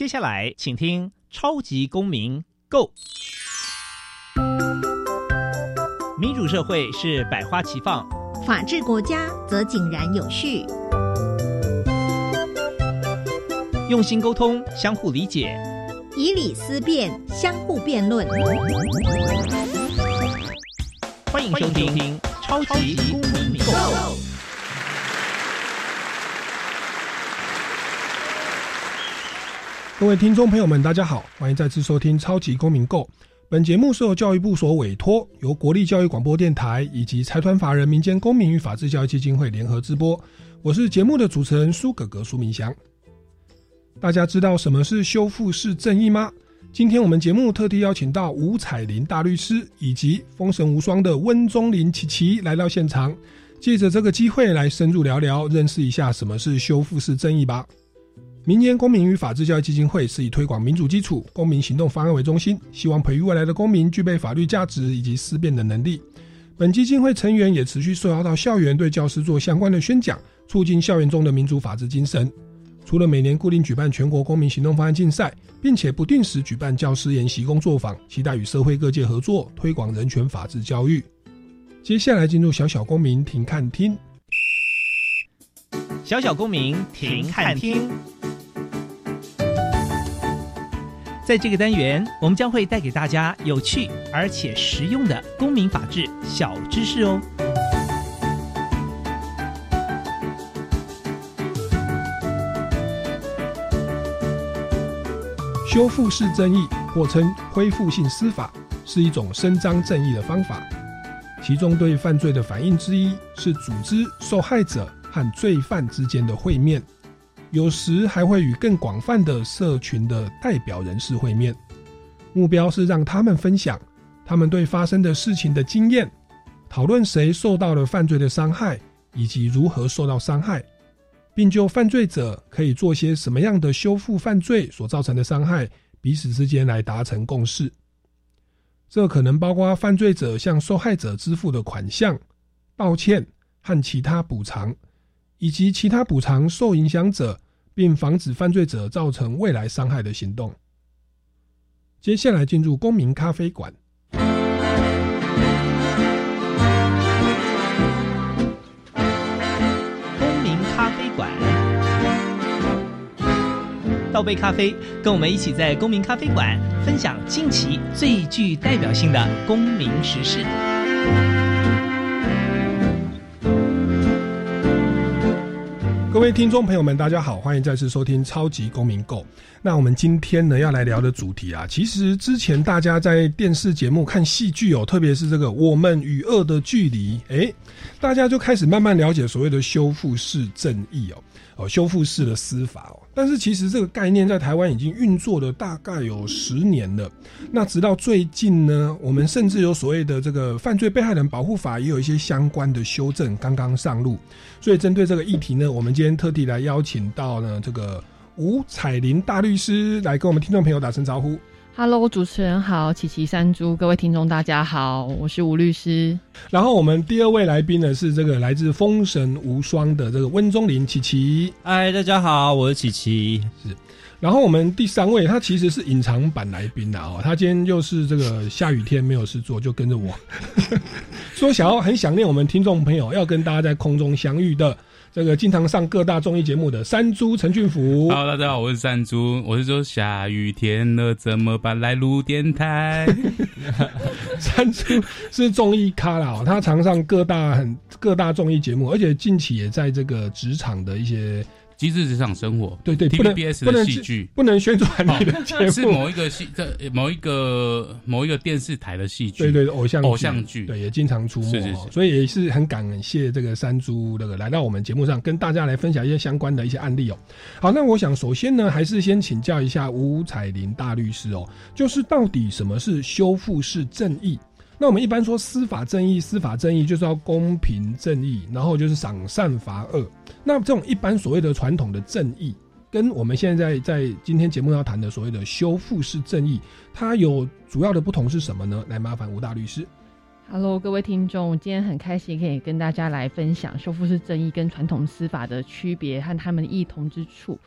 接下来请听超级公民 Go。 民主社会是百花齐放， 法治国家则井然有序。 用心沟通，相互理解， 以理思辨，相互辩论。 欢迎收听超级公民 Go。 各位听众朋友们大家好，欢迎再次收听超级公民 Go。 本节目是由教育部所委托，由国立教育广播电台以及财团法人民间公民与法治教育基金会联合直播。我是节目的主持人苏哥哥苏明祥。大家知道什么是修复式正义吗？今天我们节目特地邀请到吴彩玲大律师以及风神无双的温宗林琪琪来到现场，借着这个机会来深入聊聊，认识一下什么是修复式正义吧。民间公民与法治教育基金会是以推广民主基础、公民行动方案为中心，希望培育未来的公民具备法律价值以及思辨的能力。本基金会成员也持续受邀到校园，对教师做相关的宣讲，促进校园中的民主法治精神。除了每年固定举办全国公民行动方案竞赛，并且不定时举办教师研习工作坊，期待与社会各界合作，推广人权法治教育。接下来进入小小公民停看听。 小小公民停看听。在这个单元，我们将会带给大家有趣而且实用的公民法治小知识哦。 修复式正义或称恢复性司法，是一种伸张正义的方法，其中对犯罪的反应之一是组织、受害者和罪犯之间的会面，有时还会与更广泛的社群的代表人士会面，目标是让他们分享他们对发生的事情的经验，讨论谁受到了犯罪的伤害以及如何受到伤害，并就犯罪者可以做些什么样的修复犯罪所造成的伤害，彼此之间来达成共识。这可能包括犯罪者向受害者支付的款项、道歉和其他补偿，以及其他补偿受影响者，并防止犯罪者造成未来伤害的行动。接下来进入公民咖啡馆。 倒杯咖啡，跟我们一起在公民咖啡馆分享近期最具代表性的公民时事。 各位听众朋友们大家好，欢迎再次收听超级公民 Go。 那我们今天呢要来聊的主题啊，其实之前大家在电视节目看戏剧特别是这个我们与恶的距离，大家就开始慢慢了解所谓的修复式正义修复式的司法但是其实这个概念在台湾已经运作了大概有10年了。那直到最近呢，我们甚至有所谓的这个犯罪被害人保护法也有一些相关的修正刚刚上路。所以针对这个议题呢，我们今天特地来邀请到呢这个吴彩玲大律师来跟我们听众朋友打声招呼。 Hello， 主持人好，琪琪山猪，各位听众大家好，我是吴律师。 然后我们第二位来宾呢是这个来自风神无双的这个温宗林琪琪。 嗨，大家好，我是琪琪。 是。然后我们第3位他其实是隐藏版来宾他今天就是这个下雨天没有事做，就跟着我说很想念我们听众朋友，要跟大家在空中相遇的这个经常上各大综艺节目的山猪陈俊福。 Hello， 大家好，我是山猪。我是说下雨天了怎么办，来录电台。 山猪是综艺咖啦，他常上各大综艺节目，而且近期也在这个职场的一些机智职场生活， 对 TVBS 的戏剧不能宣传你的节目， 是某一个电视台的戏剧， 对偶像剧， 对也经常出没， 是所以也是很感谢这个山猪来到我们节目上，跟大家来分享一些相关的一些案例好，那我想首先呢，还是先请教一下吴彩玲大律师就是到底什么是修复式正义？那我们一般说司法正义就是要公平正义，然后就是赏善罚恶。那这种一般所谓的传统的正义，跟我们现在在今天节目要谈的所谓的修复式正义，它有主要的不同是什么呢？来麻烦吴大律师。 Hello， 各位听众，今天很开心可以跟大家来分享修复式正义跟传统司法的区别和他们的异同之处。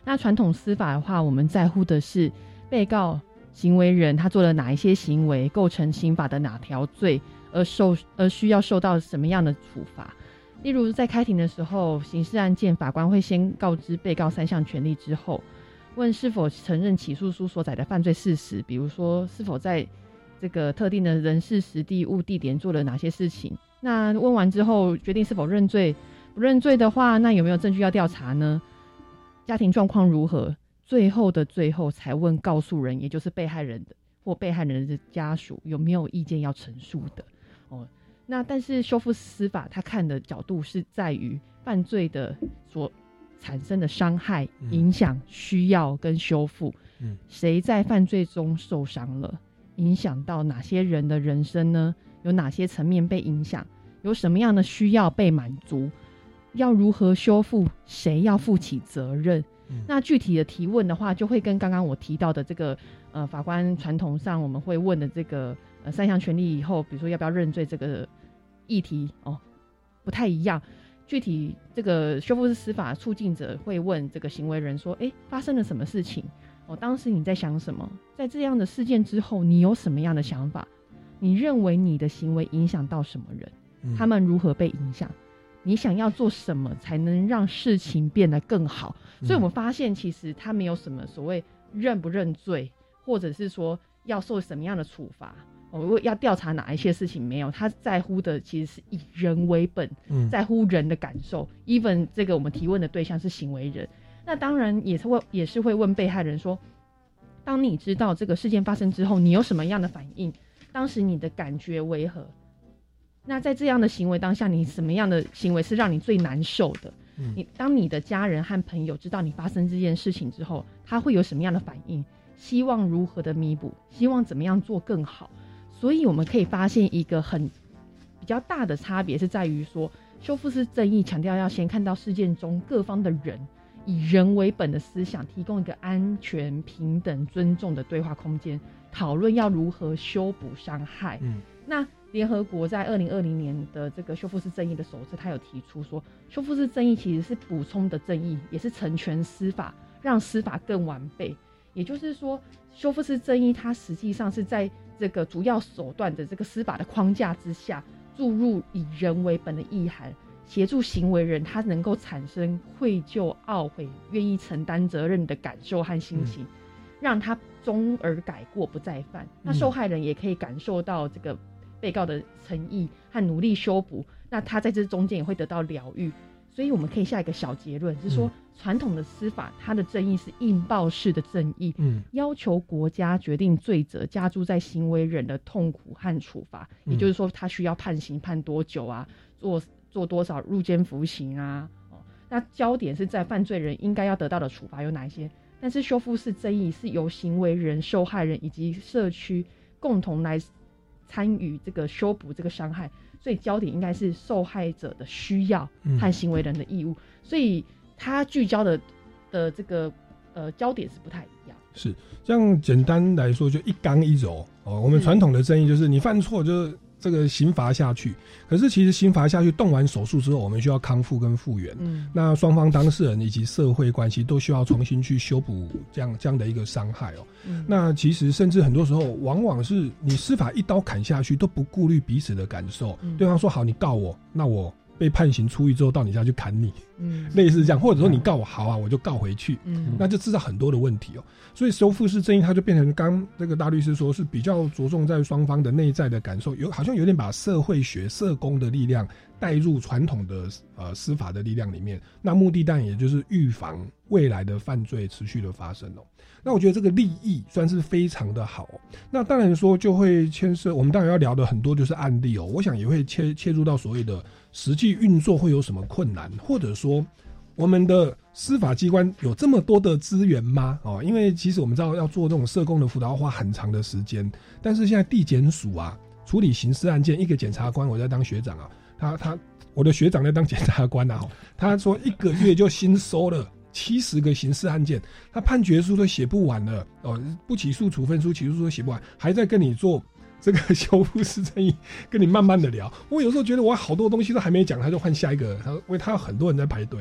那传统司法的话，我们在乎的是被告行为人他做了哪一些行为构成刑法的哪条罪，而需要受到什么样的处罚。例如在开庭的时候，刑事案件法官会先告知被告3项权利之后，问是否承认起诉书所载的犯罪事实，比如说是否在这个特定的人事时地物地点做了哪些事情。那问完之后决定是否认罪，不认罪的话，那有没有证据要调查呢？家庭状况如何？最后的最后才问告诉人，也就是被害人的或被害人的家属有没有意见要陈述的。那但是修复司法他看的角度是在于犯罪的所产生的伤害、影响、需要跟修复。谁在犯罪中受伤了，影响到哪些人的人生呢？有哪些层面被影响？有什么样的需要被满足？要如何修复？谁要负起责任？那具体的提问的话，就会跟刚刚我提到的这个法官传统上我们会问的这个3项权利以后，比如说要不要认罪这个议题不太一样。具体这个修复式司法促进者会问这个行为人说：发生了什么事情？当时你在想什么？在这样的事件之后，你有什么样的想法？你认为你的行为影响到什么人？他们如何被影响？你想要做什么才能让事情变得更好？所以我们发现其实他没有什么所谓认不认罪，或者是说要受什么样的处罚，要调查哪一些事情，没有。他在乎的其实是以人为本，在乎人的感受。even 这个我们提问的对象是行为人，那当然也是会问被害人说，当你知道这个事件发生之后，你有什么样的反应？当时你的感觉为何？那在这样的行为当下，你什么样的行为是让你最难受的？当你的家人和朋友知道你发生这件事情之后，他会有什么样的反应？希望如何的弥补？希望怎么样做更好？所以我们可以发现一个比较大的差别是在于说，修复式正义强调要先看到事件中各方的人，以人为本的思想，提供一个安全、平等、尊重的对话空间，讨论要如何修补伤害。那联合国在2020年的这个修复式正义的手册，他有提出说，修复式正义其实是补充的正义，也是成全司法，让司法更完备。也就是说，修复式正义它实际上是在这个主要手段的这个司法的框架之下，注入以人为本的意涵，协助行为人他能够产生愧疚、懊悔、愿意承担责任的感受和心情，让他终而改过，不再犯。那受害人也可以感受到这个被告的诚意和努力修补，那他在这中间也会得到疗愈。所以我们可以下一个小结论，是说传统的司法它的正义是应报式的正义，要求国家决定罪责加诸在行为人的痛苦和处罚，也就是说他需要判刑判多久啊，做多少入监服刑啊，那焦点是在犯罪人应该要得到的处罚有哪一些。但是修复式正义是由行为人、受害人以及社区共同来参与这个修补这个伤害，所以焦点应该是受害者的需要和行为人的义务，所以它聚焦的这个焦点是不太一样。 是这样，简单来说就一刚一柔我们传统的正义就是你犯错就是这个刑罚下去，可是其实刑罚下去动完手术之后，我们需要康复跟复原，那双方当事人以及社会关系都需要重新去修补这样的一个伤害那其实甚至很多时候往往是你司法一刀砍下去都不顾虑彼此的感受，对方说好你告我，那我被判刑出狱之后到你家去砍你，类似这样，或者说你告我好啊，我就告回去，那就制造很多的问题所以修复式正义它就变成刚这个大律师说是比较着重在双方的内在的感受，好像有点把社会学、社工的力量带入传统的司法的力量里面，那目的当然也就是预防未来的犯罪持续的发生那我觉得这个立意算是非常的好那当然说就会牵涉，我们当然要聊的很多就是案例我想也会切入到所谓的实际运作会有什么困难，或者说我们的司法机关有这么多的资源吗因为其实我们知道要做这种社工的辅导要花很长的时间，但是现在地检署处理刑事案件，一个检察官我在当学长我的学长在当检察官他说1个月就新收了70个刑事案件，他判决书都写不完了不起诉处分书、起诉书都写不完，还在跟你做这个修复式正义，跟你慢慢的聊。我有时候觉得我好多东西都还没讲，他就换下一个，因为他有很多人在排队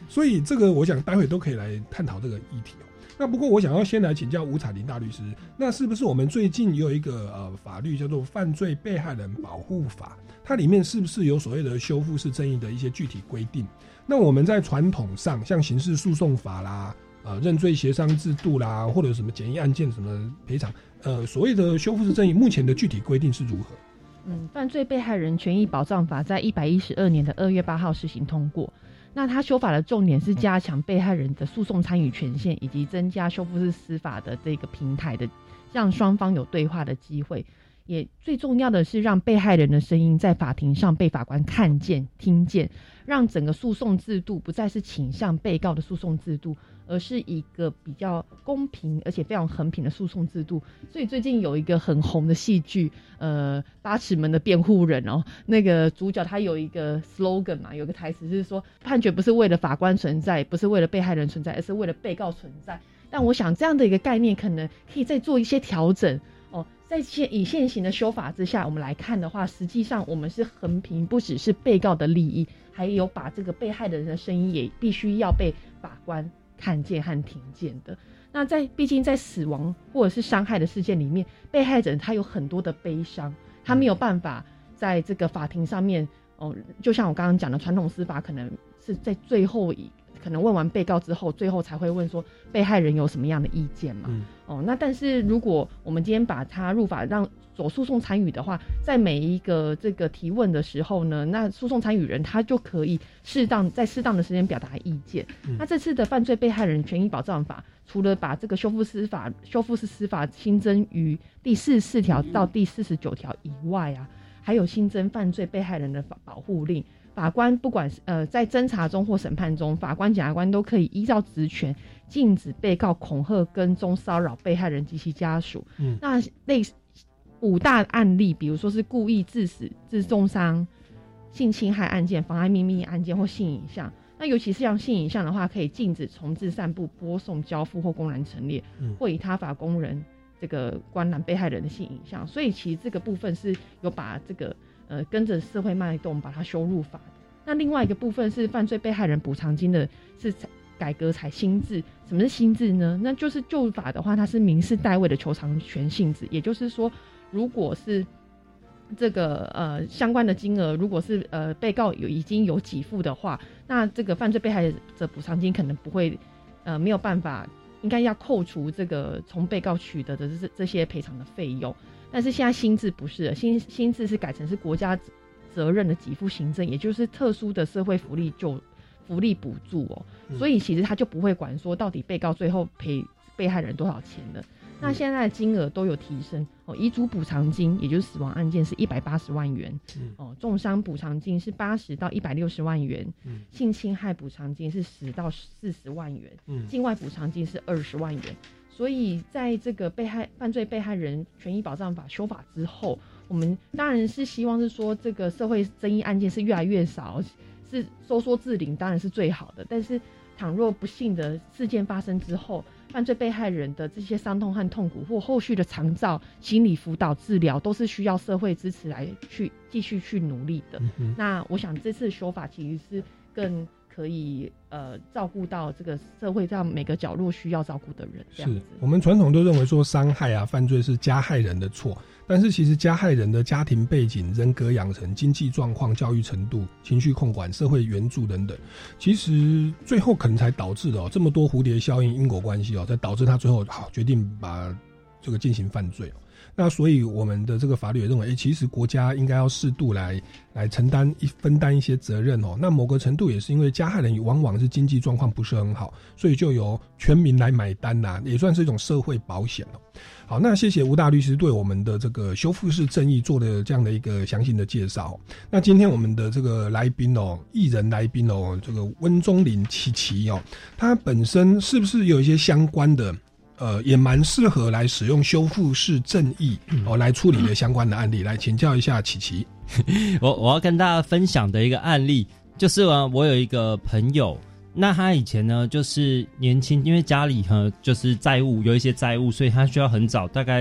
所以这个我想待会都可以来探讨这个议题哦。那不过我想要先来请教吴彩玲大律师，那是不是我们最近有一个法律叫做《犯罪被害人保护法》，它里面是不是有所谓的修复式正义的一些具体规定？那我们在传统上，像刑事诉讼法啦、认罪协商制度啦，或者有什么简易案件什么赔偿，所谓的修复式正义，目前的具体规定是如何？ 犯罪被害人权益保障法在112年的2月8号施行通过。那它修法的重点是加强被害人的诉讼参与权限，以及增加修复式司法的这个平台的，让双方有对话的机会。也最重要的是让被害人的声音在法庭上被法官看见、听见，让整个诉讼制度不再是倾向被告的诉讼制度，而是一个比较公平而且非常衡平的诉讼制度。所以最近有一个很红的戏剧，八尺门的辩护人哦，那个主角他有一个 slogan 嘛，有个台词是说，判决不是为了法官存在，不是为了被害人存在，而是为了被告存在。但我想这样的一个概念可能可以再做一些调整哦。在以现行的修法之下，我们来看的话，实际上我们是衡平，不只是被告的利益，还有把这个被害人的声音也必须要被法官看见和听见的。那毕竟在死亡或者是伤害的事件里面，被害者他有很多的悲伤，他没有办法在这个法庭上面就像我刚刚讲的，传统司法可能是在最后可能问完被告之后，最后才会问说被害人有什么样的意见嘛？那但是如果我们今天把它入法，让走诉讼参与的话，在每一个这个提问的时候呢，那诉讼参与人他就可以在适当的时间表达意见。那这次的犯罪被害人权益保障法，除了把这个修复式司法新增于第44条到第49条以外啊，还有新增犯罪被害人的保护令。法官不管在侦查中或审判中，法官、检察官都可以依照职权禁止被告恐吓、跟踪、骚扰被害人及其家属。那类似5大案例，比如说是故意致死、致重伤、性侵害案件、妨碍秘密案件或性影像。那尤其是像性影像的话，可以禁止重制、散布、播送、交付或公然陈列，或以他法公人这个观览被害人的性影像。所以其实这个部分是有把这个跟着社会脉动把它修入法的。那另外一个部分是犯罪被害人补偿金的是改革采新制。什么是新制呢？那就是旧法的话，它是民事代位的求偿权性质，也就是说，如果是这个相关的金额，如果是被告已经有给付的话，那这个犯罪被害者补偿金可能不会没有办法，应该要扣除这个从被告取得的这些赔偿的费用。但是现在新制不是了，新制是改成是国家责任的给付行政，也就是特殊的社会福利补助哦。所以其实他就不会管说到底被告最后赔被害人多少钱了。那现在的金额都有提升哦，遗嘱补偿金也就是死亡案件是180万元，重伤补偿金是80到160万元，性侵害补偿金是10到40万元，境外补偿金是20万元。所以在这个犯罪被害人权益保障法修法之后，我们当然是希望是说这个社会争议案件是越来越少，是收缩自零当然是最好的。但是倘若不幸的事件发生之后，犯罪被害人的这些伤痛和痛苦或后续的长照、心理辅导、治疗，都是需要社会支持来去继续去努力的。那我想这次修法其实是更可以照顾到这个社会上每个角落需要照顾的人。这样子，是我们传统都认为说伤害啊、犯罪是加害人的错，但是其实加害人的家庭背景、人格养成、经济状况、教育程度、情绪控管、社会援助等等，其实最后可能才导致的这么多蝴蝶效应、因果关系才导致他最后决定把这个进行犯罪。那所以我们的这个法律也认为，其实国家应该要适度来分担一些责任那某个程度也是因为加害人往往是经济状况不是很好，所以就由全民来买单也算是一种社会保险好，那谢谢吴大律师对我们的这个修复式正义做的这样的一个详细的介绍。那今天我们的这个来宾艺人来宾这个温宗霖琪琪他本身是不是有一些相关的也蛮适合来使用修复式正义来处理的相关的案例，来请教一下琪琪。 我要跟大家分享的一个案例，就是我有一个朋友，那他以前呢就是年轻，因为家里就是有一些债务，所以他需要很早，大概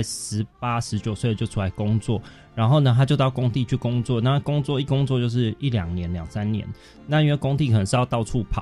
18、19岁就出来工作，然后呢他就到工地去工作，那工作就是1-2年、2-3年，那因为工地可能是要到处跑。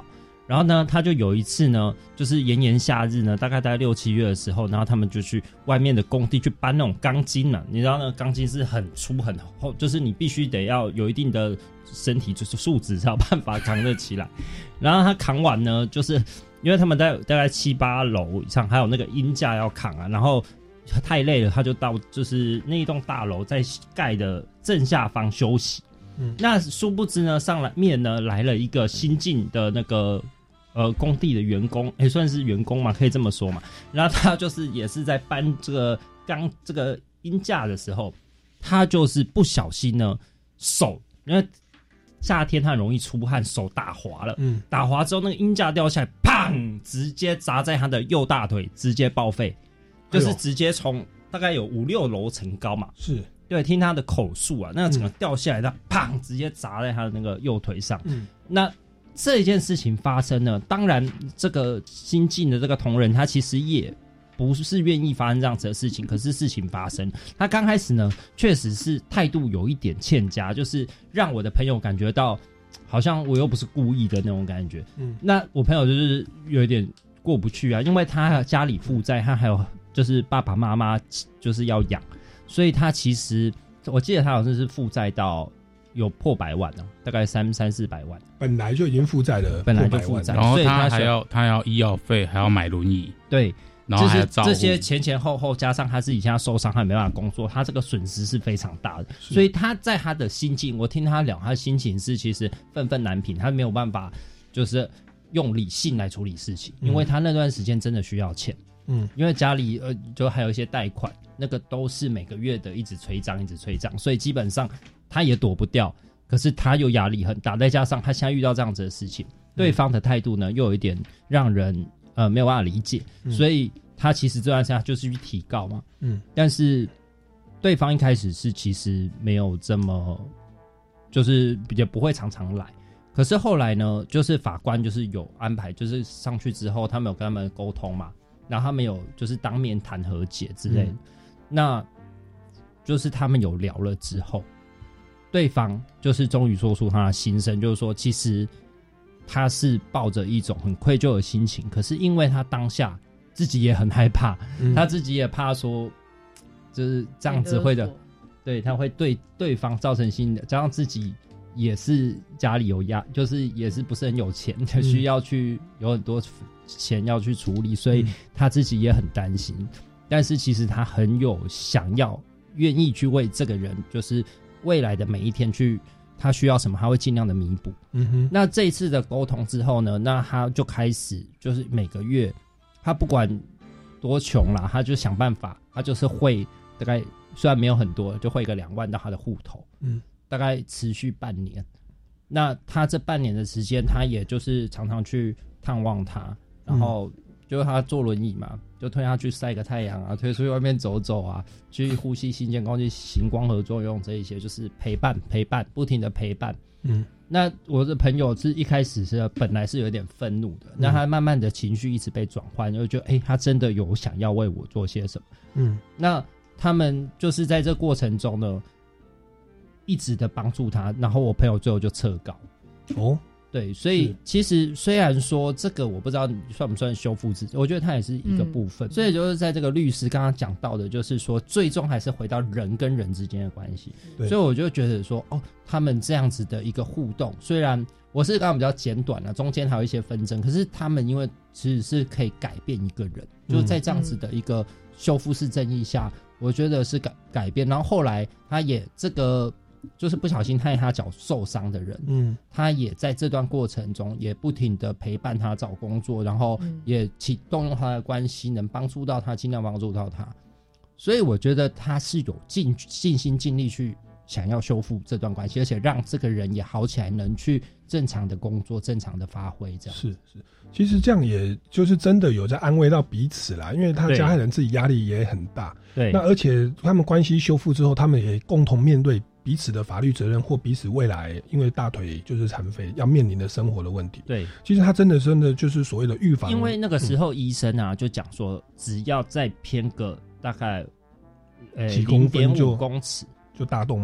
然后呢，他就有一次呢，就是炎炎夏日呢，大概6、7月的时候，然后他们就去外面的工地去搬那种钢筋嘛。你知道那个钢筋是很粗很厚，就是你必须得要有一定的身体就是素质才有办法扛得起来。然后他扛完呢，就是因为他们大概7、8楼以上，还有那个鹰架要扛啊，然后太累了，他就到就是那一栋大楼在盖的正下方休息。那殊不知呢，上面呢来了一个新进的那个工地的员工，算是员工嘛，可以这么说嘛。然后他就是也是在搬这个鹰架的时候，他就是不小心呢手，因为夏天他很容易出汗，手打滑了。打滑之后，那个鹰架掉下来，砰，直接砸在他的右大腿，直接报废，就是直接从大概有5、6楼层高嘛。 是。 对，听他的口述啊，那个整个掉下来，他砰，直接砸在他的那个右腿上。那这一件事情发生呢，当然这个新进的这个同仁，他其实也不是愿意发生这样子的事情，可是事情发生，他刚开始呢，确实是态度有一点欠佳，就是让我的朋友感觉到好像我又不是故意的那种感觉。那我朋友就是有一点过不去啊，因为他家里负债，他还有就是爸爸妈妈就是要养。所以他其实，我记得他好像是负债到有破100万了，大概300-400万。本来就已经负债了， 本来就负债， 然后他还要医药费，还要买轮椅， 对， 然后还要照顾这些前后加上他自己现在受伤，他没办法工作，他这个损失是非常大的。所以他在他的心境，我听他聊，他的心情是其实愤愤难平，他没有办法就是用理性来处理事情，因为他那段时间真的需要钱。因为家里就还有一些贷款，那个都是每个月的一直催账，所以基本上他也躲不掉。可是他又压力很大，再加上他现在遇到这样子的事情，对方的态度呢又有一点让人没有办法理解，所以他其实这段时间就是去提告嘛。但是对方一开始是其实没有这么，就是也不会常常来。可是后来呢，就是法官就是有安排，就是上去之后，他们有跟他们沟通嘛。然后他们有就是当面谈和解之类的，那就是他们有聊了之后，对方就是终于说出他的心声，就是说其实他是抱着一种很愧疚的心情，可是因为他当下自己也很害怕，他自己也怕说就是这样子会的，对，他会对对方造成心理，加上自己也是家里有压，就是也是不是很有钱，就需要去有很多钱要去处理，所以他自己也很担心。但是其实他很有想要愿意去为这个人，就是未来的每一天去，他需要什么他会尽量的弥补。那这一次的沟通之后呢，那他就开始就是每个月他不管多穷啦，他就想办法，他就是汇大概虽然没有很多，就汇个2万到他的户头，大概持续半年。那他这半年的时间，他也就是常常去探望他，然后就是他坐轮椅嘛，就推他去晒个太阳啊，推出去外面走走啊，去呼吸新鲜空气，行光合作用这一些，就是陪伴，不停的陪伴。那我的朋友是一开始是本来是有点愤怒的，那他慢慢的情绪一直被转换，就觉得他真的有想要为我做些什么。那他们就是在这过程中呢，一直的帮助他，然后我朋友最后就撤告。对，所以其实虽然说这个我不知道算不算修复自己，我觉得它也是一个部分。所以就是在这个律师刚刚讲到的，就是说最终还是回到人跟人之间的关系。所以我就觉得说，他们这样子的一个互动，虽然我是刚刚比较简短了，中间还有一些纷争，可是他们因为其实是可以改变一个人，就是在这样子的一个修复式正义下，我觉得是改变。然后后来他也这个。就是不小心害他脚受伤的人，他也在这段过程中也不停的陪伴他找工作，然后也动用他的关系，能帮助到他尽量帮助到他。所以我觉得他是有尽心尽力去想要修复这段关系，而且让这个人也好起来，能去正常的工作，正常的发挥。这样是，其实这样也就是真的有在安慰到彼此啦，因为他加害人自己压力也很大。对，那而且他们关系修复之后，他们也共同面对彼此的法律责任或彼此未来因为大腿就是残废要面临的生活的问题。对，其实他真的就是所谓的预防。 因为那个时候医生啊就讲说，只要再偏个大概几公分 0.5公尺就大动脉了。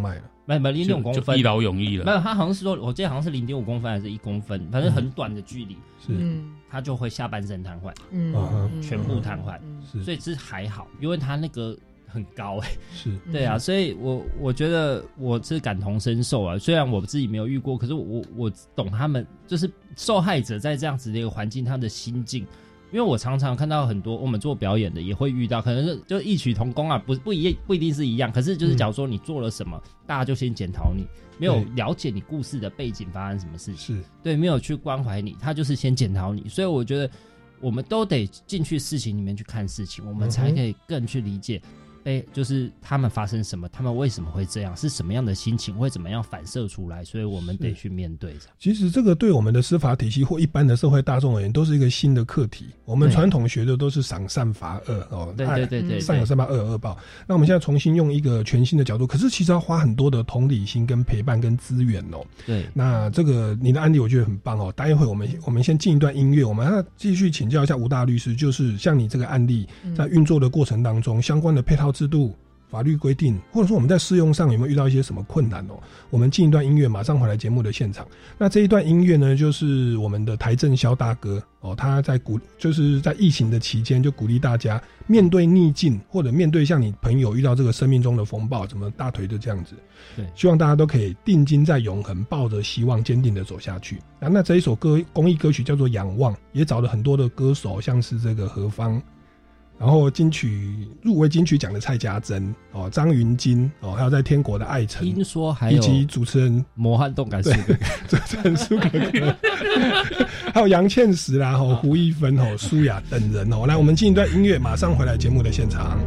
没有0.5公分， 就一劳永逸了。 没有，他好像是说，我记得好像是0.5公分还是1公分，反正很短的距离，他就会下半身瘫痪，全部瘫痪，所以这还好，因为他那个很高是对啊，所以我觉得我是感同身受啊，虽然我自己没有遇过，可是我懂他们，就是受害者在这样子的一个环境，他的心境。因为我常常看到很多我们做表演的也会遇到，可能是就异曲同工啊，不一定是一样，可是就是假如说你做了什么，大家就先检讨你，没有了解你故事的背景发生什么事情，对，没有去关怀你，他就是先检讨你，所以我觉得我们都得进去事情里面去看事情，我们才可以更去理解。就是他们发生什么，他们为什么会这样，是什么样的心情，会怎么样反射出来，所以我们得去面对。 其实这个对我们的司法体系或一般的社会大众而言，都是一个新的课题。我们传统学的都是赏善罚恶对，善有善报，恶有恶报。那我们现在重新用一个全新的角度，可是其实要花很多的同理心、跟陪伴、跟资源哦。 对， 那这个你的案例我觉得很棒哦。待会我们先进一段音乐，我们要继续请教一下吴大律师，就是像你这个案例在运作的过程当中，相关的配套制度、法律规定，或者说我们在适用上有没有遇到一些什么困难哦？我们进一段音乐，马上回来节目的现场。那这一段音乐呢，就是我们的台正萧大哥哦，他就是在疫情的期间，就鼓励大家面对逆境，或者面对像你朋友遇到这个生命中的风暴，什么大腿就这样子。 对， 希望大家都可以定睛在永恒，抱着希望，坚定的走下去。那这一首公益歌曲叫做《仰望》，也找了很多的歌手，像是这个何方。然后入围金曲奖的蔡家珍哦，张芸京哦，还有在天国的艾辰， 听说还有以及主持人魔幻动感苏哥主持人苏哥哥，还有杨倩石啦、胡一芬、苏雅等人哦。来，我们进一段音乐，马上回来节目的现场。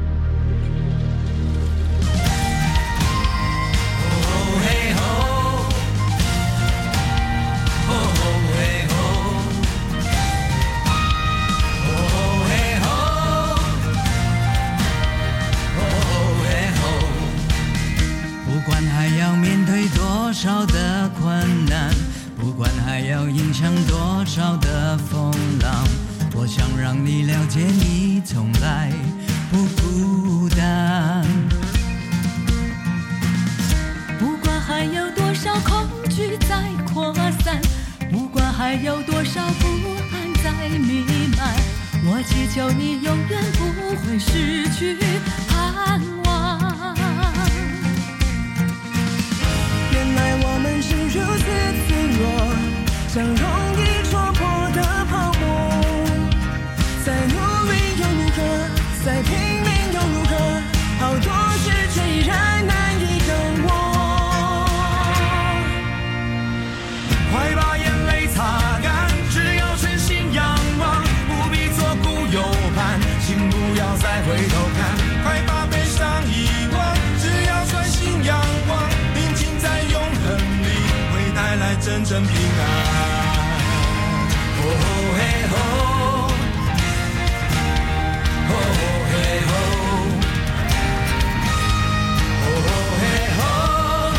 多少的困难，不管还要迎向多少的风浪，我想让你了解你从来不孤单。不管还有多少恐惧在扩散，不管还有多少不安在弥漫，我祈求你永远不会失去盼望。原来我们是如此脆弱，像容易戳破的泡沫。再努力又如何，再拼命又如何，好多事虽然难以等我。快把眼泪擦干，只要全心仰望，不必左顾右盼，请不要再回头看。快把悲伤遗忘，只要专心仰望，在永恒里会带来真正平安。哦嘿吼，哦嘿吼，哦嘿吼，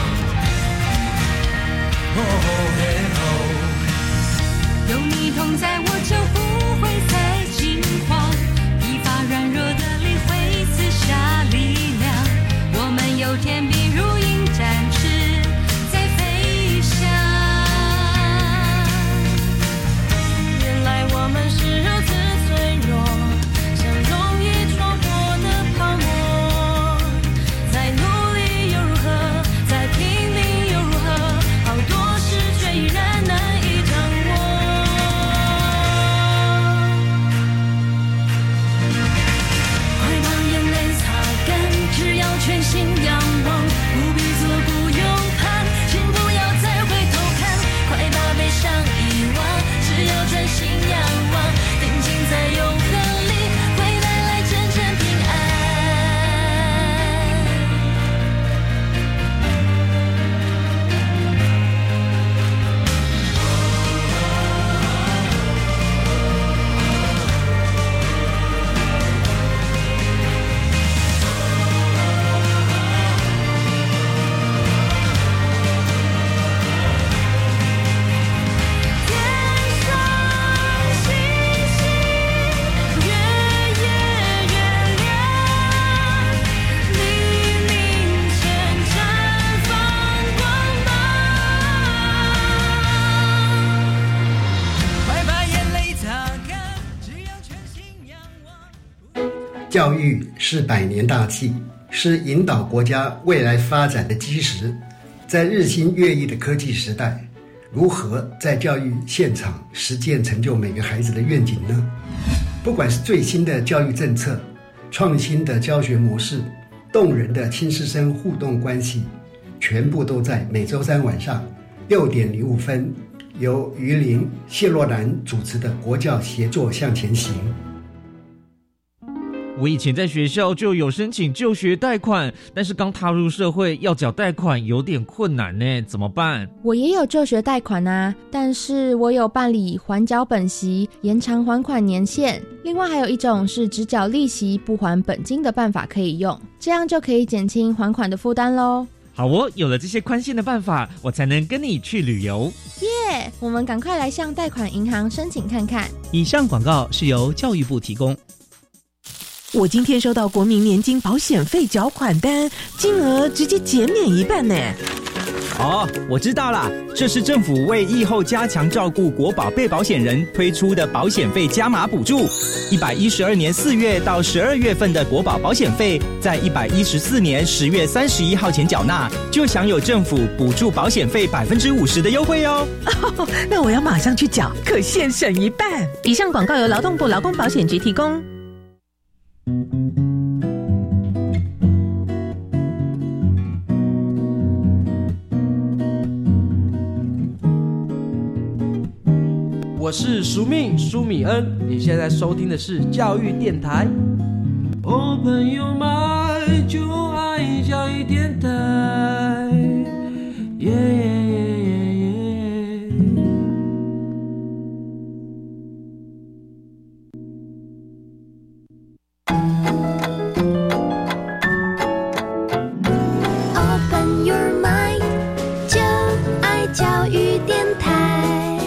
哦嘿吼。有你同在，我就不会再惊慌，疲乏软弱的灵会自教育是100年大计，是引导国家未来发展的基石。在日新月异的科技时代，如何在教育现场实践成就每个孩子的愿景呢？不管是最新的教育政策、创新的教学模式、动人的亲师生互动关系，全部都在每周3晚上6点05分，由于林、谢若兰主持的国教协作向前行。 我以前在学校就有申请就学贷款，但是刚踏入社会要缴贷款有点困难呢，怎么办？ 我也有就学贷款啊，但是我有办理缓缴本息、延长还款年限，另外还有一种是只缴利息不还本金的办法可以用，这样就可以减轻还款的负担咯。 好哦，有了这些宽限的办法，我才能跟你去旅游。 耶！我们赶快来向贷款银行申请看看。 以上广告是由教育部提供。 我今天收到国民年金保险费缴款单，金额直接减免1半呢。 哦，我知道啦，这是政府为疫后加强照顾国保被保险人推出的保险费加码补助。112年4月到12月份的国保保险费，在114年10月31号前缴纳，就享有政府补助保险费50%的优惠哦。 那我要马上去缴，可现省1半。以上广告由劳动部劳工保险局提供。 我是苏米恩，你现在收听的是教育电台。Open your mind， 就爱教育电台。 Open your mind， 就爱教育电台。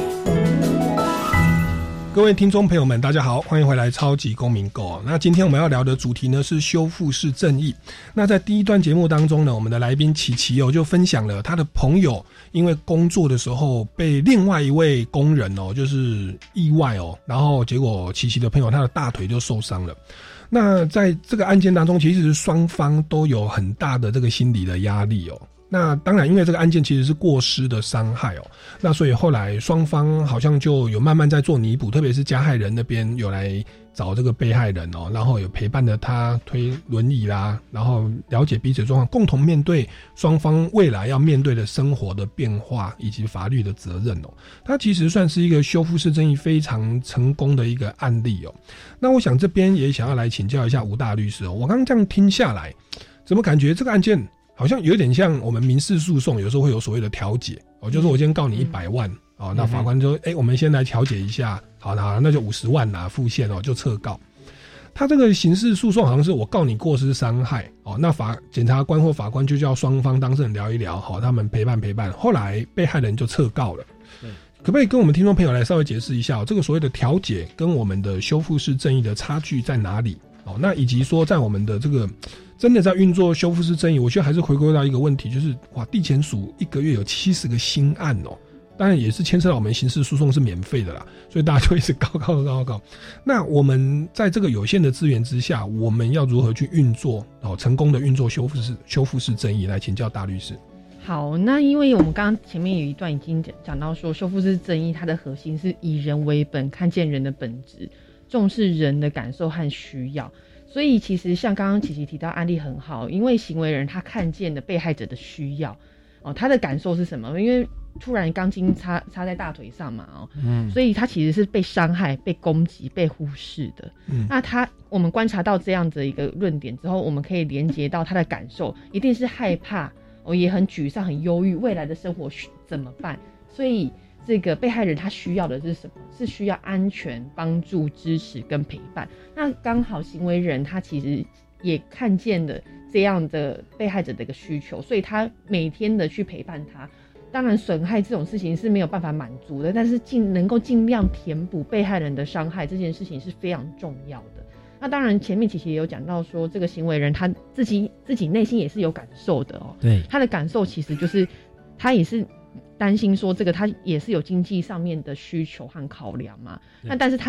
各位听众朋友们大家好，欢迎回来超级公民购。那今天我们要聊的主题呢是修复式正义。那在第一段节目当中呢，我们的来宾琪琪就分享了他的朋友因为工作的时候被另外一位工人就是意外然后结果琪琪的朋友他的大腿就受伤了。那在这个案件当中，其实双方都有很大的这个心理的压力那当然因为这个案件其实是过失的伤害那所以后来双方好像就有慢慢在做弥补，特别是加害人那边有来找这个被害人然后有陪伴着他推轮椅啦，然后了解彼此状况，共同面对双方未来要面对的生活的变化以及法律的责任它其实算是一个修复式正义非常成功的一个案例那我想这边也想要来请教一下吴大律师我刚刚这样听下来，怎么感觉这个案件好像有点像我们民事诉讼有时候会有所谓的调解就是我今天告你100万那法官就我们先来调解一下，好那就50万付现就撤告。他这个刑事诉讼好像是我告你过失伤害那检察官或法官就叫双方当事人聊一聊他们陪伴，后来被害人就撤告了。可不可以跟我们听众朋友来稍微解释一下这个所谓的调解跟我们的修复式正义的差距在哪里那以及说在我们的这个真的在运作修复式正义，我觉得还是回归到一个问题，就是地检署1个月有70个新案当然也是牵涉到我们刑事诉讼是免费的啦，所以大家就一直告。那我们在这个有限的资源之下，我们要如何去运作成功的运作修复式正义？来请教大律师。 好，那因为我们刚刚前面有一段已经讲到说，修复式正义它的核心是以人为本，看见人的本质，重视人的感受和需要。所以其实像刚刚琪琪提到案例很好，因为行为人他看见了被害者的需要他的感受是什么？因为突然钢筋插在大腿上嘛所以他其实是被伤害、被攻击、被忽视的。那我们观察到这样的一个论点之后，我们可以连接到他的感受，一定是害怕也很沮丧、很忧郁，未来的生活怎么办？所以这个被害人他需要的是什么？是需要安全、帮助、支持跟陪伴。那刚好行为人他其实也看见了这样的被害者的一个需求，所以他每天的去陪伴他。当然损害这种事情是没有办法满足的，但是能够尽量填补被害人的伤害，这件事情是非常重要的。那当然前面其实也有讲到说，这个行为人他自己内心也是有感受的对， 他的感受其实就是他也是担心说这个他也是有经济上面的需求和考量嘛。那但是他也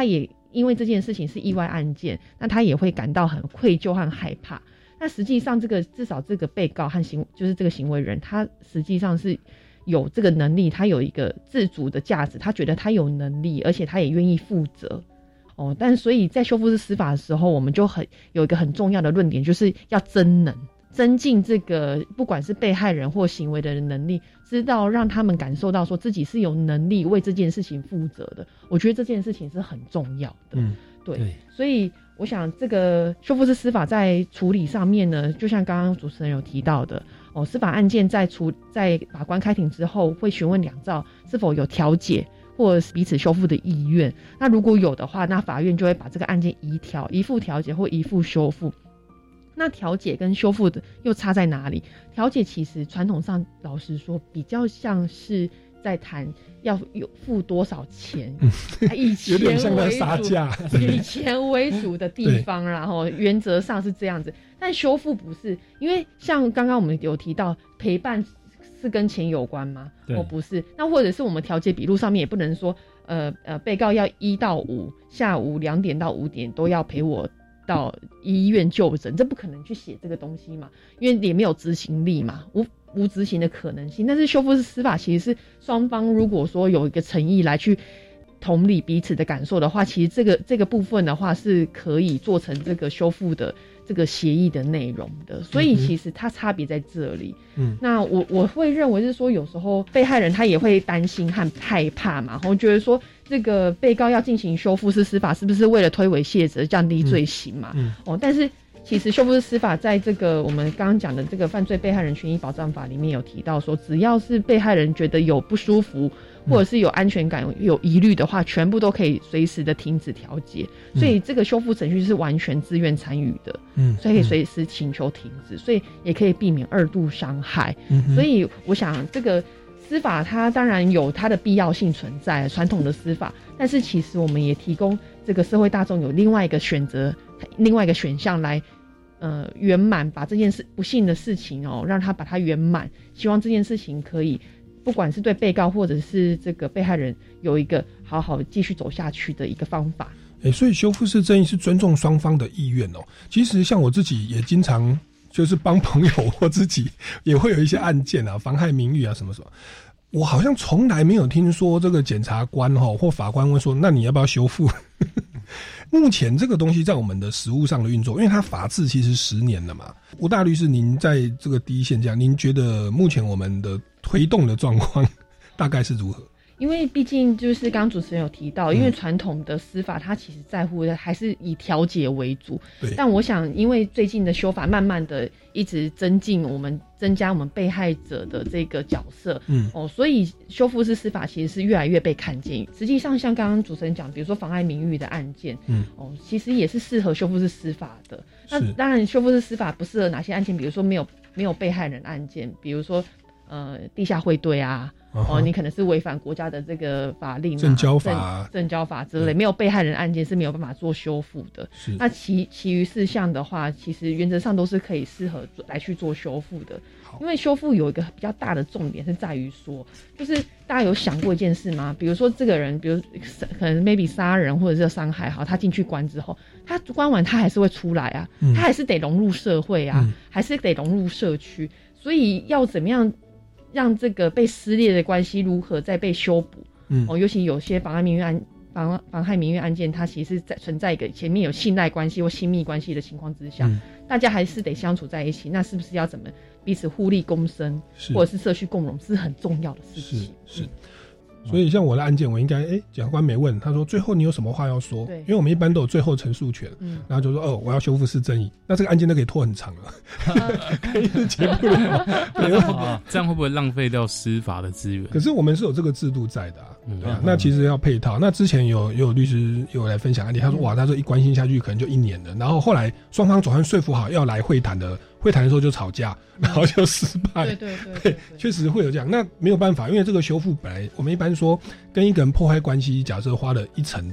因为这件事情是意外案件，那他也会感到很愧疚和害怕。那实际上至少这个被告和就是这个行为人，他实际上是有这个能力，他有一个自主的价值，他觉得他有能力，而且他也愿意负责。但所以在修复式司法的时候，我们就有一个很重要的论点，就是要增进这个不管是被害人或行为的人能力，知道让他们感受到说自己是有能力为这件事情负责的。我觉得这件事情是很重要的。对，所以我想这个修复式司法在处理上面呢，就像刚刚主持人有提到的，司法案件在法官开庭之后会询问两造是否有调解或者是彼此修复的意愿。那如果有的话，那法院就会把这个案件移付调解或移付修复。那调解跟修复的又差在哪里？调解其实传统上老实说比较像是在谈要有付多少钱，以钱有点像在杀价， 以钱为主的地方，然后原则上是这样子。但修复不是，因为像刚刚我们有提到陪伴是跟钱有关吗？不是。那或者是我们调解笔录上面也不能说被告要1到5下午2点到5点都要陪我到医院就诊，这不可能去写这个东西嘛，因为也没有执行力嘛，无执行的可能性。但是修复式司法其实是双方如果说有一个诚意来去同理彼此的感受的话，其实这个部分的话是可以做成这个修复的这个协议的内容的。所以其实它差别在这里。那我会认为是说，有时候被害人他也会担心和害怕嘛，然后觉得说这个被告要进行修复式司法是不是为了推诿卸责降低罪行嘛？但是其实修复式司法在这个我们刚刚讲的这个犯罪被害人权益保障法里面有提到说，只要是被害人觉得有不舒服或者是有安全感有疑虑的话，全部都可以随时的停止调解。所以这个修复程序是完全自愿参与的，所以可以随时请求停止，所以也可以避免2度伤害。所以我想这个司法它当然有它的必要性存在，传统的司法，但是其实我们也提供这个社会大众有另外一个选择，另外一个选项来圆满把这件不幸的事情让他把它圆满，希望这件事情可以不管是对被告或者是这个被害人有一个好好继续走下去的一个方法。 所以修复式正义是尊重双方的意愿其实像我自己也经常就是帮朋友或自己也会有一些案件妨害名誉什么什么，我好像从来没有听说这个检察官或法官问说那你要不要修复目前这个东西在我们的实务上的运作，因为它法制其实10年了嘛。吴大律师，您在这个第一线这样，您觉得目前我们的推动的状况大概是如何？ 因为毕竟就是刚刚主持人有提到，因为传统的司法它其实在乎的还是以调解为主，但我想因为最近的修法慢慢的一直增加我们被害者的这个角色，所以修复式司法其实是越来越被看见。实际上像刚刚主持人讲，比如说妨碍名誉的案件，其实也是适合修复式司法的。那当然修复式司法不适合哪些案件，比如说没有被害人案件，比如说地下汇兑你可能是违反国家的这个法令证交法之类，没有被害人案件是没有办法做修复的。那其余事项的话，其实原则上都是可以适合来去做修复的。因为修复有一个比较大的重点是在于说，就是大家有想过一件事吗？比如说这个人，比如可能 maybe 杀人或者是伤害，他进去关之后，他关完他还是会出来他还是得融入社会还是得融入社区，所以要怎么样让这个被撕裂的关系如何再被修补？尤其有些妨害名誉案件，它其实存在一个前面有信赖关系或亲密关系的情况之下，大家还是得相处在一起。那是不是要怎么彼此互利共生，或者是社区共荣，是很重要的事情。是。 所以像我的案件，我应该检察官没问，他说最后你有什么话要说？对，因为我们一般都有最后陈述权，然后就说我要修复式正义，那这个案件都可以拖很长了，可以结不了。 这样会不会浪费掉司法的资源？ 可是我们是有这个制度在的对啊。那其实要配套。那之前有律师有来分享案例，他说他说一关心下去可能就1年了，然后后来双方总算说服好要来会谈的时候就吵架，然后就失败。对，确实会有这样。那没有办法，因为这个修复本来我们一般说跟一个人破坏关系，假设花了1层的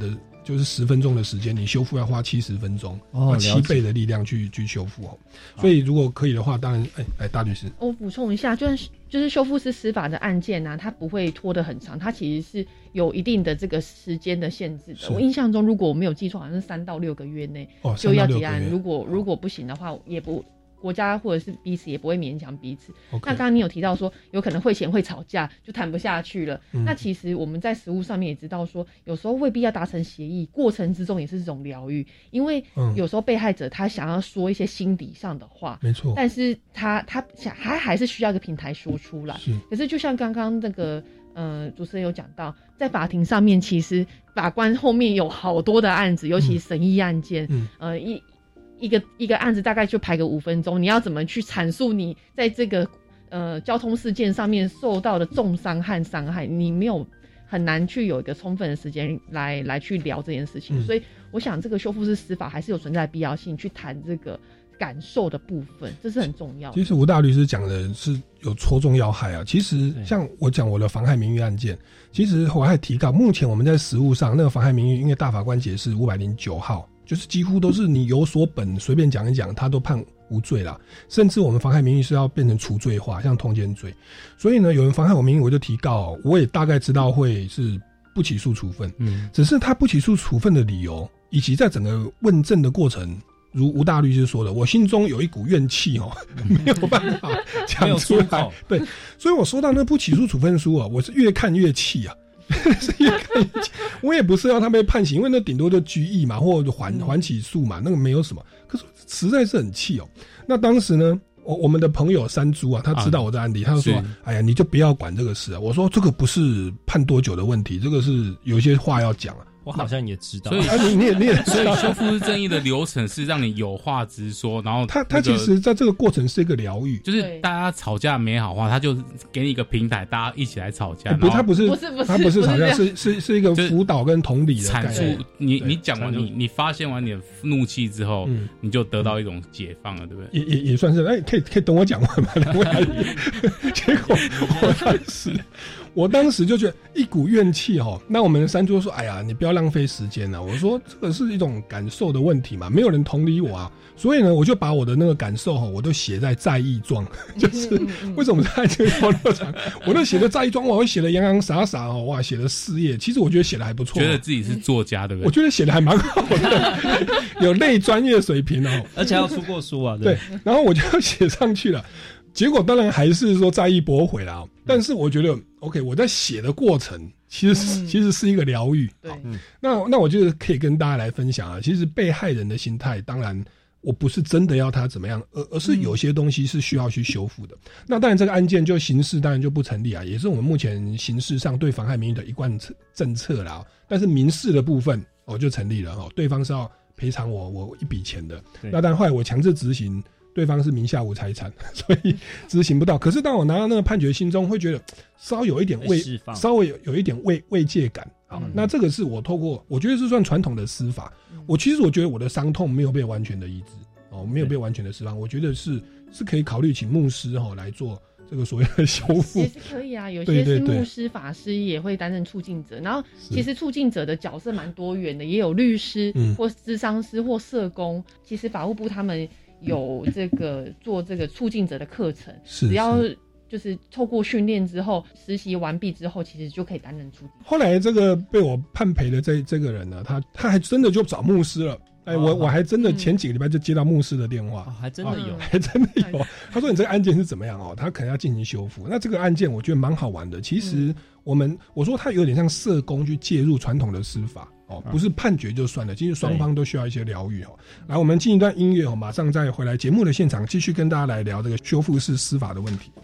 就是10分钟的时间，你修复要花70分钟， 哦 7倍的力量去修复哦。所以如果可以的话，当然，大律师， 我补充一下，就是修复式司法的案件啊，它不会拖得很长，它其实是有一定的这个时间的限制的。我印象中，如果我没有记错，好像是3到6个月内就要结案。如果不行的话，也不。国家或者是彼此也不会勉强彼此。那刚刚你有提到说，有可能会嫌会吵架，就谈不下去了。那其实我们在实务上面也知道说，有时候未必要达成协议，过程之中也是这种疗愈。因为有时候被害者他想要说一些心底上的话， 没错， 但是他还是需要一个平台说出来。可是就像刚刚那个主持人有讲到，在法庭上面，其实法官后面有好多的案子，尤其审议案件，一个案子大概就排个5分钟，你要怎么去阐述你在这个交通事件上面受到的重伤和伤害，你没有很难去有一个充分的时间来去聊这件事情。所以我想这个修复式司法还是有存在的必要性，去谈这个感受的部分，这是很重要的。 其实吴大律师讲的是有戳中要害啊。其实像我讲我的妨害名誉案件，其实我还提到，目前我们在实务上那个妨害名誉，因为大法官解释509号，就是几乎都是你有所本，随便讲一讲，他都判无罪啦。甚至我们妨害名誉是要变成除罪化，像通奸罪。所以呢，有人妨害我名誉，我就提告，我也大概知道会是不起诉处分。只是他不起诉处分的理由，以及在整个问证的过程，如吴大律师说的，我心中有一股怨气没有办法讲出来。对，所以我收到那不起诉处分书我是越看越气啊。是越看越气，我也不是要他被判刑，因为那顶多就拘役嘛，或者缓起诉嘛，那个没有什么。可是实在是很气那当时呢，我们的朋友山猪他知道我的案例，他就说：“哎呀，你就不要管这个事啊。”我说：“这个不是判多久的问题，这个是有一些话要讲啊。” 我好像也知道， 所以你也所以修复式正义的流程是让你有话直说，然后他其实在这个过程是一个疗愈， 就是大家吵架没好话，他就给你一个平台，大家一起来吵架。 他不是吵架，是一个辅导跟同理的阐述。你讲完你发泄完你的怒气之后，你就得到一种解放了，对不对？ 也算是可以等我讲完吗？两位阿姨，结果我当时就觉得一股怨气那我们的山猪说：“哎呀，你不要浪费时间了。”我说：“这个是一种感受的问题嘛，没有人同理我啊。”所以呢，我就把我的那个感受我都写在在意状，就是为什么在这个交流场，我都写的在意状，我写的洋洋洒洒哇，写了4页。其实我觉得写的还不错， 觉得自己是作家，对不对？ 我觉得写的还蛮好的，有类专业水平而且还有出过书啊。 对，然后我就写上去了。结果当然还是说在意驳回啦，但是我觉得 OK， 我在写的过程其实是一个疗愈。 对， 那我觉得可以跟大家来分享啊。其实被害人的心态，当然我不是真的要他怎么样，而是有些东西是需要去修复的。那当然这个案件就刑事当然就不成立啊，也是我们目前刑事上对妨害名誉的一贯政策啦。但是民事的部分就成立了对方是要赔偿我一笔钱的。那但后来我强制执行。对方是名下无财产，所以执行不到。可是当我拿到那个判决，心中会觉得稍微有一点慰藉感。那这个是我透过，我觉得是算传统的司法。其实我觉得我的伤痛没有被完全的医治，没有被完全的释放。我觉得是可以考虑请牧师来做这个所谓的修复。 也是可以啊，有些是牧师、法师也会担任促进者。然后其实促进者的角色蛮多元的，也有律师或諮商师或社工。其实法务部他们有这个做这个促进者的课程，只要就是透过训练之后，实习完毕之后，其实就可以担任促进。 后来这个被我判赔的这个人呢，他还真的就找牧师了。我还真的前几个礼拜就接到牧师的电话， 还真的有， 还真的有。他说你这个案件是怎么样他可能要进行修复。那这个案件我觉得蛮好玩的。其实我说他有点像社工去介入传统的司法不是判决就算了，其实双方都需要一些疗愈来，我们进一段音乐马上再回来节目的现场，继续跟大家来聊这个修复式司法的问题。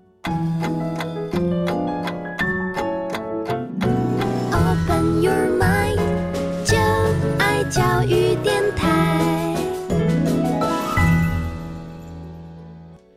Open your mind， 就爱教育电台。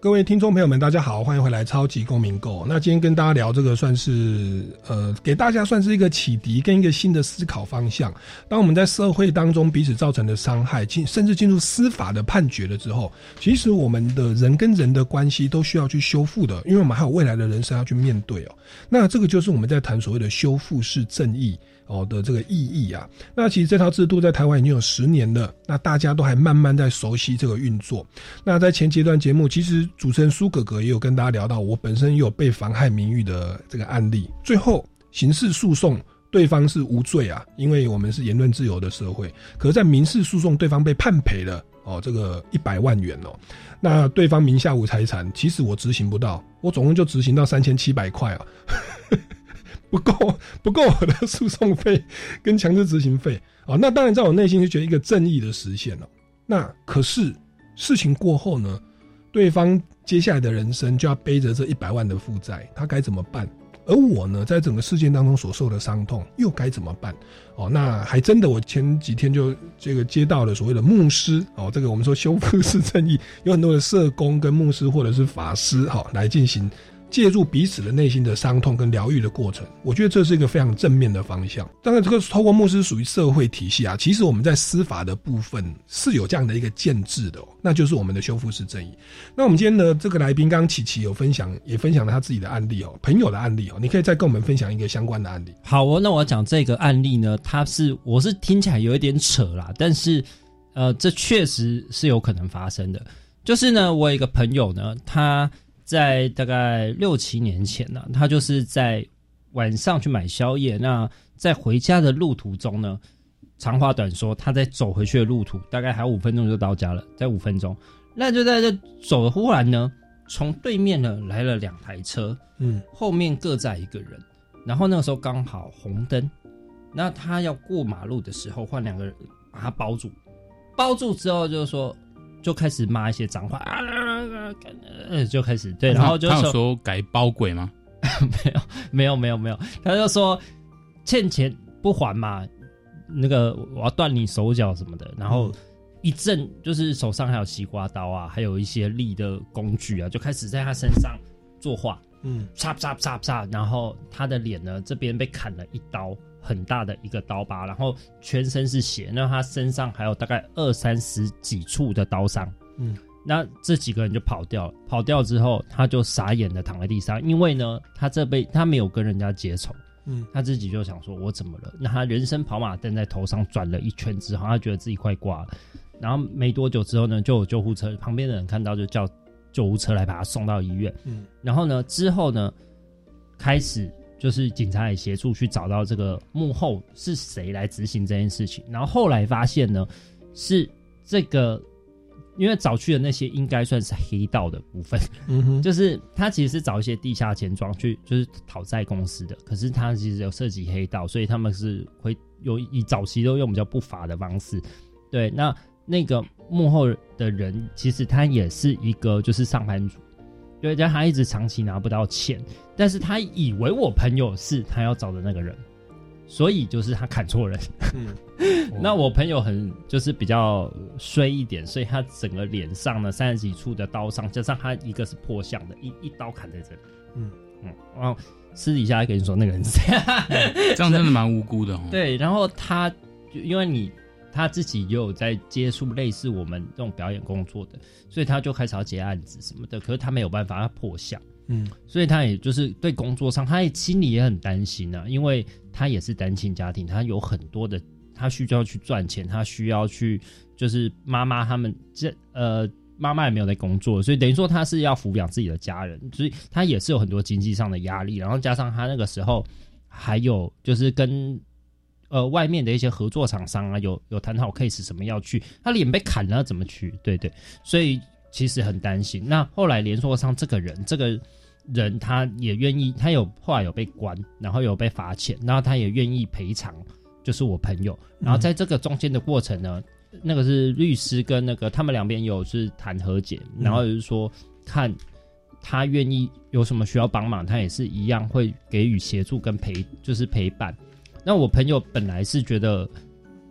各位听众朋友们，大家好，欢迎回来超级公民购。那今天跟大家聊这个算是给大家算是一个启迪跟一个新的思考方向。当我们在社会当中彼此造成的伤害，甚至进入司法的判决了之后，其实我们的人跟人的关系都需要去修复的，因为我们还有未来的人生要去面对哦。那这个就是我们在谈所谓的修复式正义的这个意义啊。那其实这套制度在台湾已经有10年了，那大家都还慢慢在熟悉这个运作。那在前阶段节目，其实主持人苏哥哥也有跟大家聊到，我本身也有被妨害名誉的这个案例，最后刑事诉讼对方是无罪啊，因为我们是言论自由的社会。可是在民事诉讼对方被判赔了这个100万元那对方名下无财产，其实我执行不到，我总共就执行到3700块啊不够我的诉讼费跟强制执行费那当然在我内心就觉得一个正义的实现那可是事情过后呢，对方接下来的人生就要背着这100万的负债，他该怎么办？而我呢，在整个事件当中所受的伤痛又该怎么办？那还真的我前几天就这个接到了所谓的牧师这个我们说修复式正义，有很多的社工跟牧师或者是法师来进行介入彼此的内心的伤痛跟疗愈的过程，我觉得这是一个非常正面的方向。当然这个透过牧师属于社会体系其实我们在司法的部分是有这样的一个建制的那就是我们的修复式正义。那我们今天的这个来宾刚刚琪琪有分享，也分享了他自己的案例朋友的案例你可以再跟我们分享一个相关的案例。 好那我要讲这个案例呢，我是听起来有一点扯啦，但是这确实是有可能发生的。就是呢，我有一个朋友呢，他在大概6-7年前呢，他就是在晚上去买宵夜，那在回家的路途中呢，长话短说，他在走回去的路途大概还有5分钟就到家了，在5分钟，那就在这走，忽然呢，从对面呢来了2台车，后面各载一个人，然后那个时候刚好红灯，那他要过马路的时候，换2个人把他包住之后，就是说。就开始骂一些脏话就开始对，然后就他有说改包鬼吗？ 没有，他就说欠钱不还嘛，那个我要断你手脚什么的，然后一阵就是手上还有西瓜刀啊，还有一些利的工具啊，就开始在他身上作画，嚓，然后他的脸呢这边被砍了一刀。很大的一个刀疤，然后全身是血，那他身上还有大概20-30几处的刀伤。那这几个人就跑掉了，跑掉之后他就傻眼的躺在地上，因为呢他没有跟人家结仇，他自己就想说我怎么了？那他人生跑马灯在头上转了一圈之后，他觉得自己快挂了，然后没多久之后呢，就有救护车，旁边的人看到就叫救护车来把他送到医院。然后呢之后呢开始。就是警察也协助去找到这个幕后是谁来执行这件事情，然后后来发现呢，是这个，因为找去的那些应该算是黑道的部分，就是他其实是找一些地下钱庄去，就是讨债公司的，可是他其实有涉及黑道，所以他们是会以早期都用比较不法的方式，对，那个幕后的人其实他也是一个就是上班族。对，但他一直长期拿不到钱，但是他以为我朋友是他要找的那个人，所以就是他砍错人。那我朋友就是比较衰一点，所以他整个脸上呢30几处的刀伤，加上他一个是破相的，一刀砍在这里。然后私底下还跟你说那个人是谁， 这样真的蛮无辜的。 对，然后他因为他自己也有在接触类似我们这种表演工作的，所以他就开始要接案子什么的，可是他没有办法，他破相，所以他也就是对工作上，他心里也很担心啊，因为他也是单亲家庭，他有很多的，他需要去赚钱，他需要去，就是妈妈他们妈妈也没有在工作，所以等于说他是要抚养自己的家人，所以他也是有很多经济上的压力，然后加上他那个时候还有就是跟。外面的一些合作厂商啊，有谈好 case 什么要去，他脸被砍了怎么去？对，所以其实很担心。那后来联络上这个人他也愿意，他后来有被关，然后有被罚钱，然后他也愿意赔偿，就是我朋友。然后在这个中间的过程呢，那个是律师跟那个他们两边有是谈和解，然后就是说看他愿意有什么需要帮忙，他也是一样会给予协助跟陪伴。那我朋友本来是觉得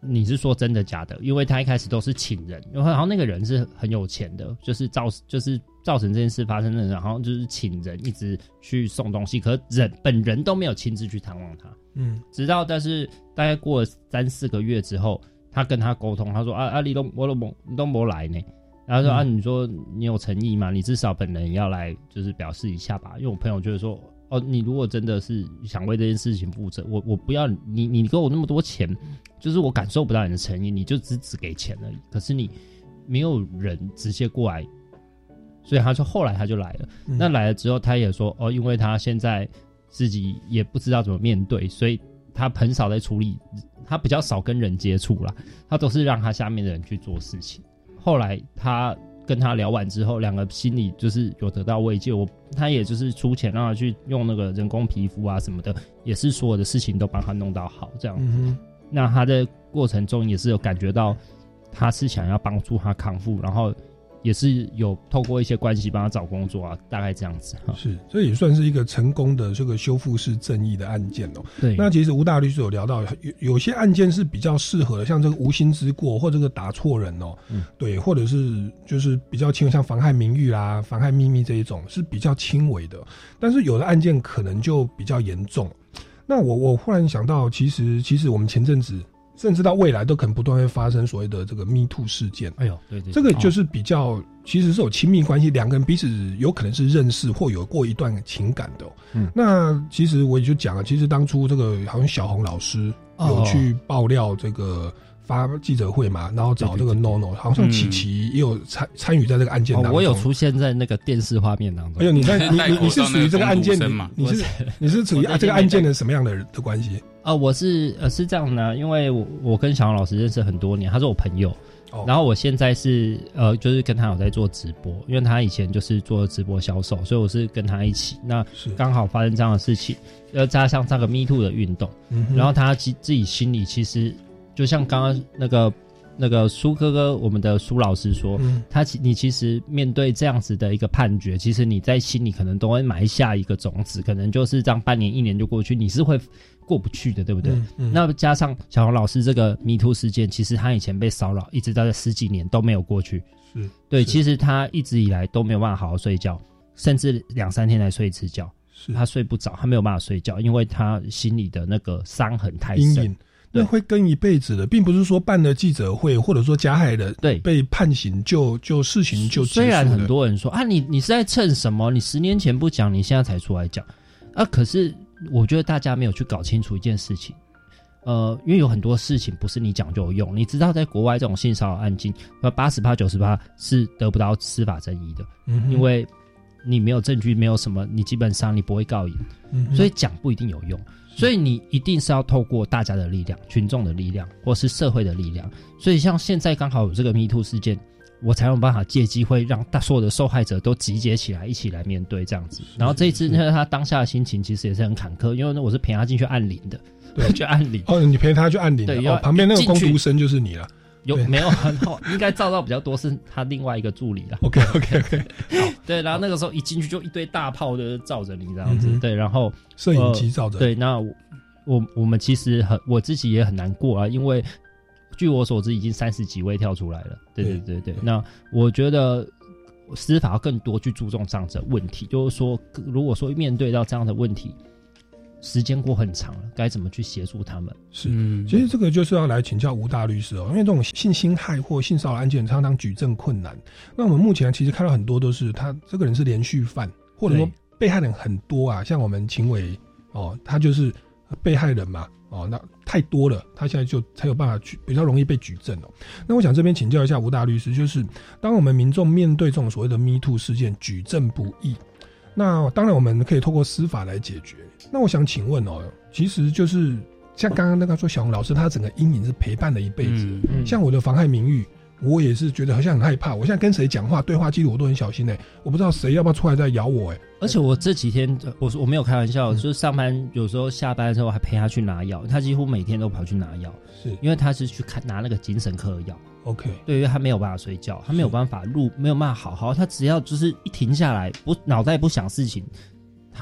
你是说真的假的？因为他一开始都是请人，然后那个人是很有钱的，就是造成这件事发生的人，然后就是请人一直去送东西，可是本人都没有亲自去探望他。直到但是大概过了3-4个月之后，他跟他沟通，他说你都没来呢。然后说你说你有诚意吗？你至少本人要来，就是表示一下吧。因为我朋友就是说，你如果真的是想为这件事情负责，我不要你给我那么多钱，就是我感受不到你的诚意，你就只给钱而已。可是你没有人直接过来，所以后来他就来了。那来了之后，他也说因为他现在自己也不知道怎么面对，所以他很少在处理，他比较少跟人接触啦，他都是让他下面的人去做事情。后来他跟他聊完之后，两个心里就是有得到慰藉，他也就是出钱让他去用那个人工皮肤啊什么的，也是所有的事情都帮他弄到好这样子。那他的过程中也是有感觉到他是想要帮助他康复，然后也是有透过一些关系帮他找工作啊，大概这样子。 是，这也算是一个成功的这个修复式正义的案件哦。 对， 那其实吴大律师有聊到，有些案件是比较适合的，像这个无心之过或这个打错人哦，对，或者是就是比较轻，像妨害名誉啦、妨害秘密这一种是比较轻微的，但是有的案件可能就比较严重。那我忽然想到，其实我们前阵子，甚至到未来都可能不断会发生所谓的这个 Me Too 事件。 哎呦，对对， 这个就是比较，其实是有亲密关系，两个人彼此有可能是认识或有过一段情感的。那其实我也就讲了，其实当初这个好像小红老师有去爆料这个发记者会嘛，然后找这个 NONO， 好像琪琪也有参与在这个案件当中。 我有出现在那个电视画面当中。 哎呦，你是属于这个案件，你是属于这个案件的什么样的关系？ 我是这样的，因为我跟小红老师认识很多年，他是我朋友。然后我现在是就是跟他有在做直播，因为他以前就是做直播销售，所以我是跟他一起。那刚好发生这样的事情，加上这个 Me Too 的运动，然后他自己心里其实就像刚刚那个苏哥哥，我们的苏老师说，你其实面对这样子的一个判决，其实你在心里可能都会埋下一个种子，可能就是这样半年1年就过去，你是会过不去的，对不对？那加上小红老师这个 Me Too 事件，其实他以前被骚扰，一直到10几年都没有过去。对，其实他一直以来都没有办法好好睡觉，甚至2-3天才睡一次觉，他睡不着，他没有办法睡觉，因为他心里的那个伤痕太深。 那会跟一辈子的，并不是说办了记者会，或者说加害人被判刑就事情就结束了。 虽然很多人说你是在蹭什么？你10年前不讲，你现在才出来讲可是我觉得大家没有去搞清楚一件事情，因为有很多事情不是你讲就有用。你知道，在国外这种性骚扰案件，80%-90% 是得不到司法正义的，因为你没有证据，没有什么，你基本上你不会告赢，所以讲不一定有用。所以你一定是要透过大家的力量、群众的力量，或是社会的力量。所以像现在刚好有这个 Me Too 事件，我才有办法借机会让所有的受害者都集结起来，一起来面对这样子。然后这一次他当下的心情其实也是很坎坷，因为我是陪他进去按铃的， 对， 去按铃。 你陪他去按铃的， 对， 旁边那个工读生就是你了。 没有很好，应该照到比较多是他另外一个助理啦。 OK， 好， 对，然后那个时候一进去就一堆大炮的照着你这样子，对，然后摄影机照着， 对，那我们其实我自己也很难过啊，因为据我所知已经30几位跳出来了，对，那我觉得司法要更多去注重这样子的问题，就是说如果说面对到这样的问题，时间过很长了，该怎么去协助他们？ 其实这个就是要来请教吴大律师因为这种性侵害或性骚扰案件常常举证困难。那我们目前其实看到很多都是他这个人是连续犯，或者说被害人很多啊，像我们秦伟他就是被害人嘛，那太多了，他现在就才有办法比较容易被举证那我想这边请教一下吴大律师，就是当我们民众面对这种所谓的 Me Too 事件举证不易，那当然我们可以透过司法来解决。那我想请问其实就是像刚刚那个说小红老师，他整个阴影是陪伴了一辈子。像我的妨害名誉，我也是觉得好像很害怕，我现在跟谁讲话对话记录我都很小心我不知道谁要不要出来再咬我而且我这几天我没有开玩笑，就是上班有时候下班的时候还陪他去拿药，他几乎每天都跑去拿药，是因为他是去拿那个精神科的药。 OK， 对，因为他没有办法睡觉，他没有办法没有办法好好，他只要就是一停下来，脑袋不想事情，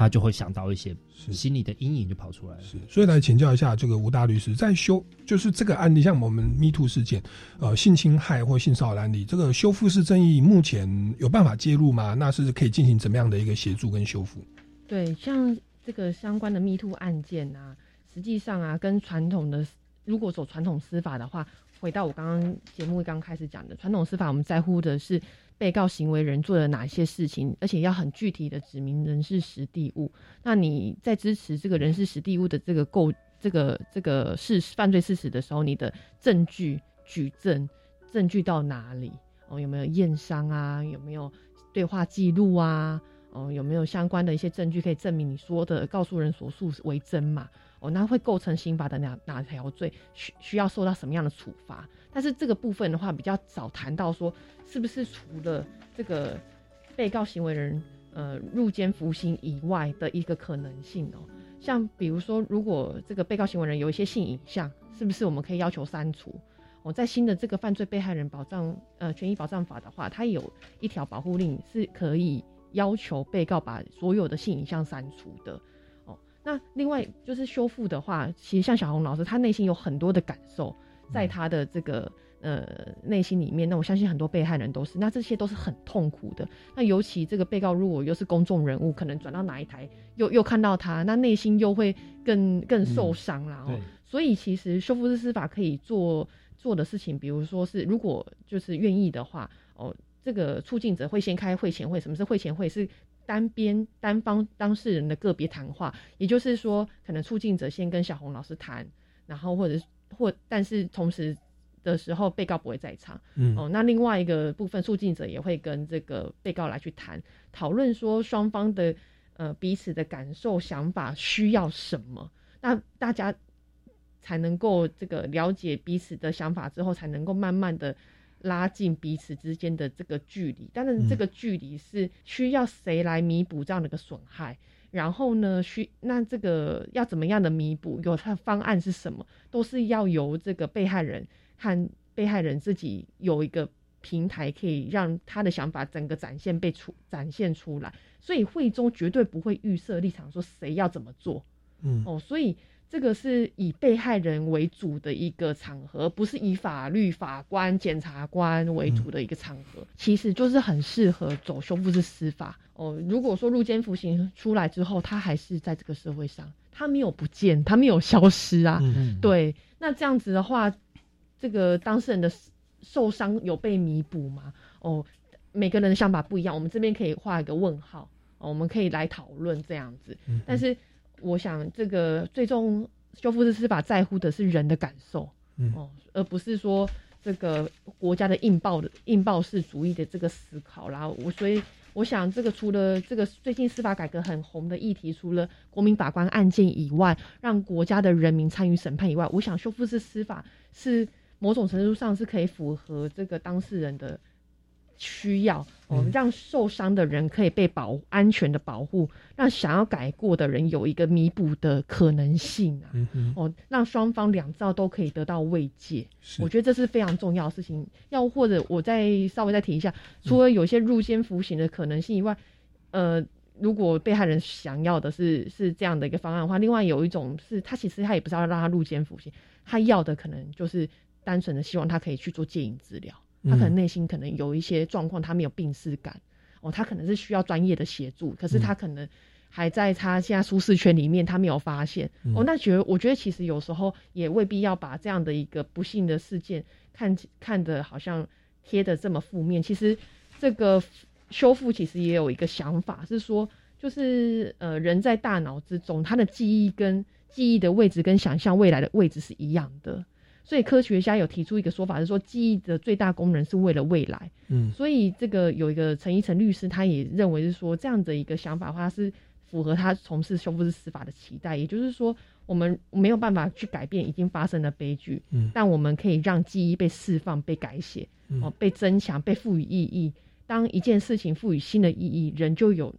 他就会想到一些心理的阴影就跑出来了。 所以来请教一下这个吴大律师，在就是这个案例，像我们 MeToo 事件，性侵害或性骚扰案例，这个修复式正义目前有办法介入吗？那是可以进行怎么样的一个协助跟修复？ 对，像这个相关的 MeToo 案件啊，实际上啊，跟传统的如果走传统司法的话，回到我刚刚节目刚开始讲的，传统司法我们在乎的是被告行为人做了哪些事情，而且要很具体的指明人事时地物。那你在支持这个人事时地物的这个犯罪事实的时候，你的证据举证据到哪里？有没有验伤啊？有没有对话记录啊？有没有相关的一些证据可以证明你说的告诉人所述为真嘛？那会构成刑法的哪条罪，需要受到什么样的处罚？但是这个部分的话，比较少谈到说是不是除了这个被告行为人入监服刑以外的一个可能性哦。像比如说，如果这个被告行为人有一些性影像，是不是我们可以要求删除？在新的这个犯罪被害人权益保障法的话，它有一条保护令是可以要求被告把所有的性影像删除的。那另外就是修复的话，其实像小红老师，他内心有很多的感受，在他的这个内心里面，那我相信很多被害人都是，那这些都是很痛苦的。那尤其这个被告如果又是公众人物，可能转到哪一台又看到他，那内心又会更受伤啦。所以其实修复式司法可以做的事情，比如说是如果就是愿意的话，这个促进者会先开会前会。什么是会前会？是单方当事人的个别谈话，也就是说，可能促进者先跟小红老师谈，然后但是同时的时候被告不会在场。那另外一个部分，促进者也会跟这个被告来去讨论说双方的彼此的感受、想法需要什么，那大家才能够这个了解彼此的想法之后，才能够慢慢的拉近彼此之间的这个距离。当然这个距离是需要谁来弥补这样的一个损害，然后呢那这个要怎么样的弥补，有它的方案是什么，都是要由这个被害人和被害人自己有一个平台，可以让他的想法整个展现出来。所以会中绝对不会预设立场说谁要怎么做。所以这个是以被害人为主的一个场合，不是以法律、法官、检察官为主的一个场合，其实就是很适合走修复式司法。如果说入监服刑出来之后，他还是在这个社会上，他没有不见，他没有消失啊。对，那这样子的话，这个当事人的受伤有被弥补吗？每个人的想法不一样，我们这边可以画一个问号，我们可以来讨论这样子。但是我想这个最终修复式司法在乎的是人的感受，而不是说这个国家的硬报式主义的这个思考啦。所以我想这个除了这个最近司法改革很红的议题，除了国民法官案件以外，让国家的人民参与审判以外，我想修复式司法是某种程度上是可以符合这个当事人的需要，让受伤的人可以被安全的保护，让想要改过的人有一个弥补的可能性啊。让双方两造都可以得到慰藉，我觉得这是非常重要的事情。或者我稍微再提一下，除了有些入监服刑的可能性以外，如果被害人想要的是这样的一个方案的话，另外有一种是他其实他也不是要让他入监服刑，他要的可能就是单纯的希望他可以去做戒瘾治疗。他可能内心可能有一些状况，他没有病识感，他可能是需要专业的协助，可是他可能还在他现在舒适圈里面，他没有发现。那我觉得其实有时候也未必要把这样的一个不幸的事件看得好像贴得这么负面。其实这个修复其实也有一个想法是说，就是人在大脑之中，他的记忆的位置跟想象未来的位置是一样的。所以科学家有提出一个说法是说，记忆的最大功能是为了未来。所以这个有一个陈依晨律师，他也认为是说，这样的一个想法的话，是符合他从事修复式司法的期待。也就是说，我们没有办法去改变已经发生的悲剧，但我们可以让记忆被释放、被改写、被增强、被赋予意义。当一件事情赋予新的意义，人就有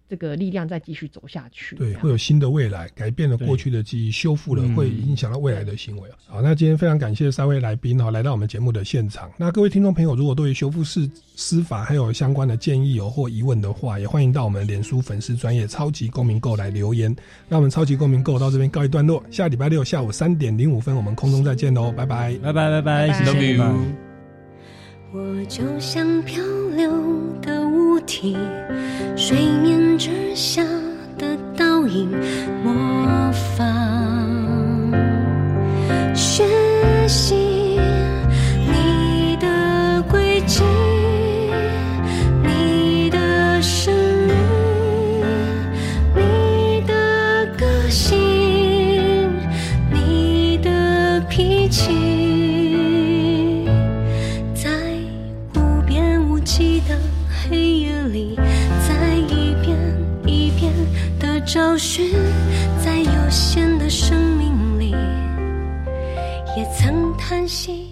这个力量再继续走下去。 对，会有新的未来，改变了过去的记忆，修复了，会影响到未来的行为。好，那今天非常感谢3位来宾来到我们节目的现场。那各位听众朋友，如果对于修复式司法还有相关的建议或疑问的话，也欢迎到我们脸书粉丝专页超级公民购来留言。那我们超级公民购到这边告一段落，下礼拜六下午3点05分我们空中再见喽，拜拜， 拜拜拜拜，谢谢你们。 我就像漂流的物体，水面之下的倒影，模仿学习你的轨迹，你的声音，你的个性，你的脾气，的黑夜里，在一遍一遍的找寻，在有限的生命里，也曾叹息